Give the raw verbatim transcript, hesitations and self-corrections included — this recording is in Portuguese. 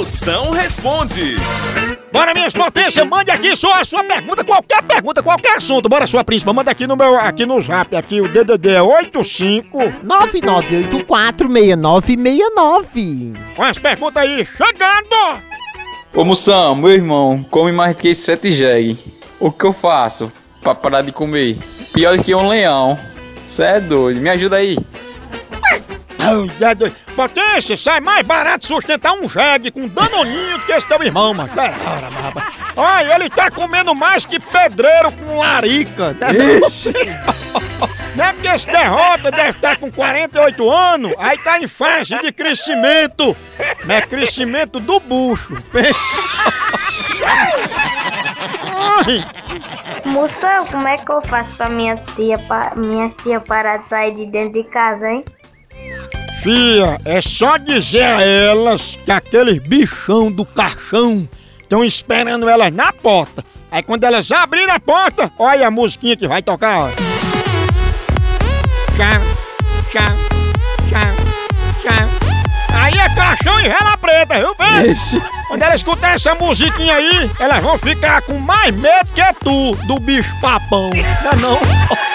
Moção responde. Bora, minhas potências, mande aqui só a sua pergunta, qualquer pergunta, qualquer assunto. Bora, sua príncipa, manda aqui no meu, aqui no zap, aqui o D D D é oito cinco nove nove oito quatro seis nove seis nove. Com as perguntas aí, chegando! Ô Moção, meu irmão come mais que sete jegue. O que eu faço pra parar de comer? Pior do que um leão. Cê é doido, me ajuda aí. Potência, sai mais barato sustentar um jegue com danoninho que esse teu irmão, mano. Olha, ele tá comendo mais que pedreiro com larica. Não é porque esse derrota deve estar com quarenta e oito anos, aí tá em fase de crescimento. É crescimento do bucho. Moção, como é que eu faço pra minha tia, pa, minhas tia parar de sair de dentro de casa, hein? Fia, é só dizer a elas que aqueles bichão do caixão estão esperando elas na porta. Aí quando elas abrirem a porta, olha a musiquinha que vai tocar, ó. Tchau, tchau, tchau, tchau. Aí é caixão e vela preta, viu, bem? Quando elas escutar essa musiquinha aí, elas vão ficar com mais medo que tu do bicho papão. Não é não?